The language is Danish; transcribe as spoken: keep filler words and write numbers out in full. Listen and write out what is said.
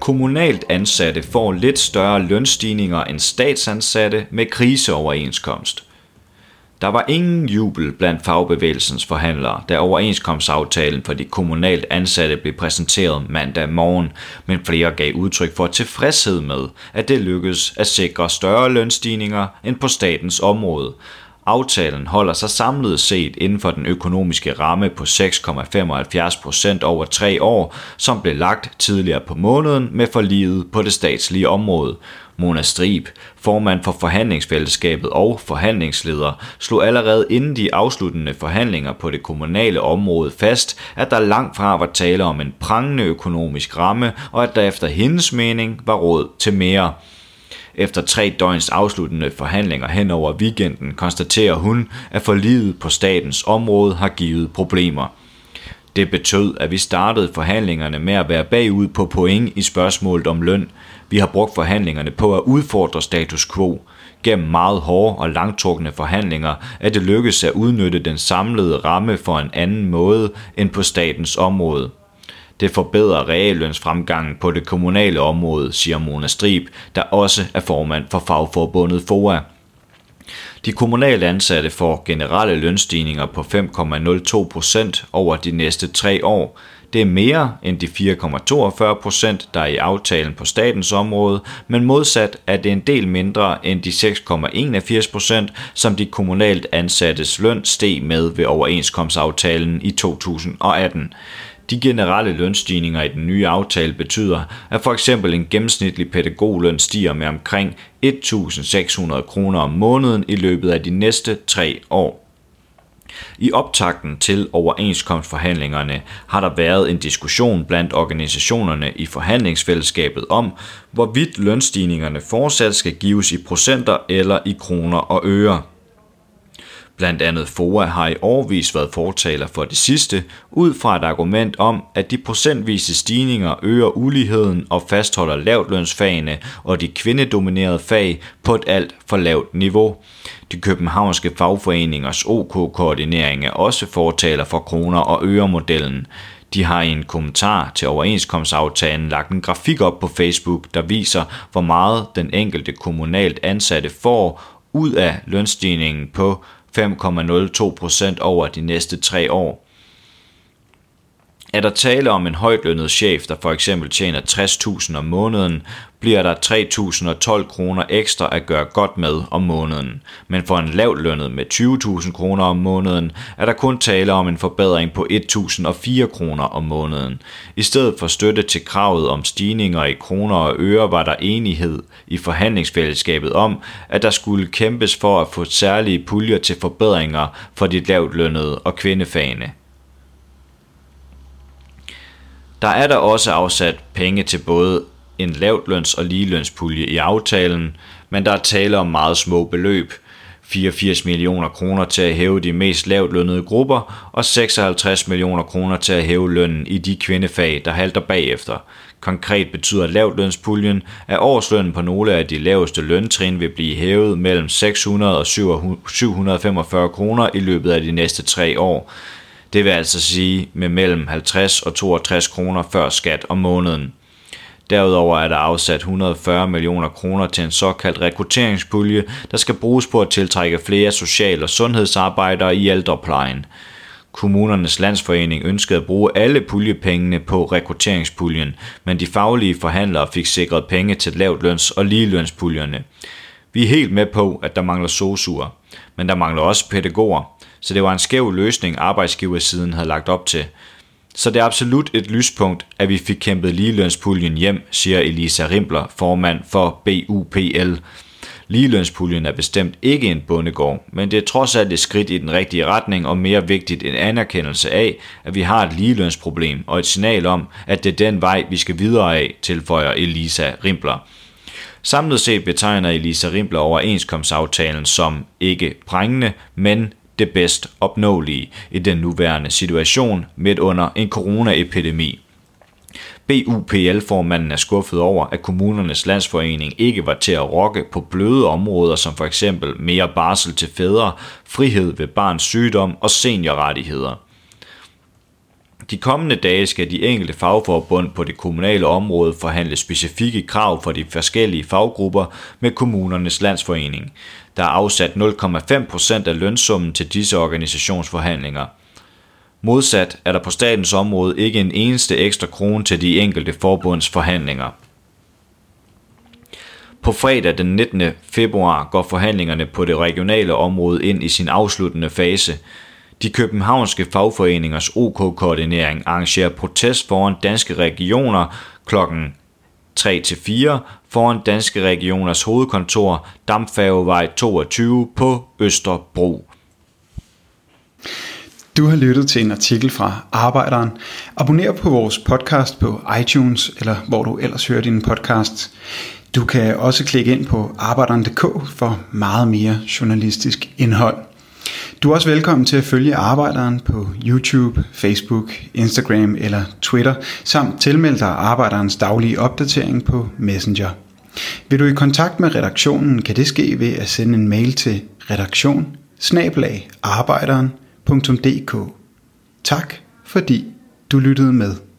Kommunalt ansatte får lidt større lønstigninger end statsansatte med kriseoverenskomst. Der var ingen jubel blandt fagbevægelsens forhandlere, da overenskomstaftalen for de kommunalt ansatte blev præsenteret mandag morgen, men flere gav udtryk for tilfredshed med, at det lykkedes at sikre større lønstigninger end på statens område. Aftalen holder sig samlet set inden for den økonomiske ramme på seks komma femoghalvfjerds procent over tre år, som blev lagt tidligere på måneden med forliget på det statslige område. Mona Striib, formand for forhandlingsfællesskabet og forhandlingsleder, slog allerede inden de afsluttende forhandlinger på det kommunale område fast, at der langt fra var tale om en prangende økonomisk ramme, og at der efter hendes mening var råd til mere. Efter tre døgns afsluttende forhandlinger hen over weekenden konstaterer hun, at forliget på statens område har givet problemer. Det betød, at vi startede forhandlingerne med at være bagud på point i spørgsmålet om løn. Vi har brugt forhandlingerne på at udfordre status quo. Gennem meget hårde og langtrukne forhandlinger er det lykkedes at udnytte den samlede ramme for en anden måde end på statens område. Det forbedrer reallønsfremgangen på det kommunale område, siger Mona Striib, der også er formand for fagforbundet F O A. De kommunalt ansatte får generelle lønstigninger på fem komma nul to procent over de næste tre år. Det er mere end de fire komma toogfyrre procent, der er i aftalen på statens område, men modsat er det en del mindre end de seks komma enogfirs procent, som de kommunalt ansattes løn steg med ved overenskomstaftalen i to tusind og atten. De generelle lønstigninger i den nye aftale betyder, at for eksempel en gennemsnitlig pædagogløn stiger med omkring et tusind seks hundrede kroner om måneden i løbet af de næste tre år. I optakten til overenskomstforhandlingerne har der været en diskussion blandt organisationerne i forhandlingsfællesskabet om, hvorvidt lønstigningerne fortsat skal gives i procenter eller i kroner og øre. Blandt andet F O A har i årevis været fortaler for det sidste, ud fra et argument om, at de procentvise stigninger øger uligheden og fastholder lavtlønsfagene og de kvindedominerede fag på et alt for lavt niveau. De københavnske fagforeningers O K-koordinering er også fortaler for kroner og øre-modellen. De har i en kommentar til overenskomstaftalen lagt en grafik op på Facebook, der viser, hvor meget den enkelte kommunalt ansatte får ud af lønstigningen på fem komma nul to procent over de næste tre år. Er der tale om en højtlønnet chef, der for eksempel tjener tres tusind om måneden, bliver der tre tusind og tolv kroner ekstra at gøre godt med om måneden. Men for en lavtlønnet med tyve tusind kroner om måneden, er der kun tale om en forbedring på et tusind og fire kroner om måneden. I stedet for støtte til kravet om stigninger i kroner og øre, var der enighed i forhandlingsfællesskabet om, at der skulle kæmpes for at få særlige puljer til forbedringer for de lavtlønnede og kvindefagene. Der er der også afsat penge til både en lavtløns- og ligelønspulje i aftalen, men der er tale om meget små beløb. fireogfirs millioner kroner til at hæve de mest lavtlønnede grupper og seksoghalvtreds millioner kroner til at hæve lønnen i de kvindefag, der halter bagefter. Konkret betyder lavtlønspuljen, at årslønnen på nogle af de laveste løntrin vil blive hævet mellem seks hundrede og syv hundrede og femogfyrre kroner i løbet af de næste tre år. Det vil altså sige med mellem halvtreds og toogtres kroner før skat om måneden. Derudover er der afsat et hundrede og fyrre millioner kroner til en såkaldt rekrutteringspulje, der skal bruges på at tiltrække flere social- og sundhedsarbejdere i ældreplejen. Kommunernes Landsforening ønskede at bruge alle puljepengene på rekrutteringspuljen, men de faglige forhandlere fik sikret penge til lavtløns- og ligelønspuljerne. Vi er helt med på, at der mangler sosuer, men der mangler også pædagoger, så det var en skæv løsning, arbejdsgiversiden havde lagt op til. Så det er absolut et lyspunkt, at vi fik kæmpet ligelønspuljen hjem, siger Elisa Rimpler, formand for B U P L. Ligelønspuljen er bestemt ikke en bondegård, men det er trods alt et skridt i den rigtige retning og mere vigtigt en anerkendelse af, at vi har et ligelønsproblem og et signal om, at det er den vej, vi skal videre af, tilføjer Elisa Rimpler. Samlet set betegner Elisa Rimpler overenskomstaftalen som ikke prangende, men det bedst opnåelige i den nuværende situation midt under en coronaepidemi. B U P L-formanden er skuffet over, at Kommunernes Landsforening ikke var til at rokke på bløde områder som for eksempel mere barsel til fædre, frihed ved barns sygdom og seniorrettigheder. De kommende dage skal de enkelte fagforbund på det kommunale område forhandle specifikke krav for de forskellige faggrupper med kommunernes landsforening. Der er afsat nul komma fem procent af lønsummen til disse organisationsforhandlinger. Modsat er der på statens område ikke en eneste ekstra krone til de enkelte forbunds forhandlinger. På fredag den nittende februar går forhandlingerne på det regionale område ind i sin afsluttende fase. De københavnske fagforeningers O K-koordinering arrangerer protest foran Danske Regioner klokken tre til fire foran Danske Regioners hovedkontor, Dampfærgevej toogtyve på Østerbro. Du har lyttet til en artikel fra Arbejderen. Abonner på vores podcast på iTunes, eller hvor du ellers hører dine podcasts. Du kan også klikke ind på arbejderen punktum d k for meget mere journalistisk indhold. Du er også velkommen til at følge Arbejderen på YouTube, Facebook, Instagram eller Twitter, samt tilmelde dig Arbejderens daglige opdatering på Messenger. Vil du i kontakt med redaktionen, kan det ske ved at sende en mail til redaktion bindestreg arbejderen punktum d k. Tak fordi du lyttede med.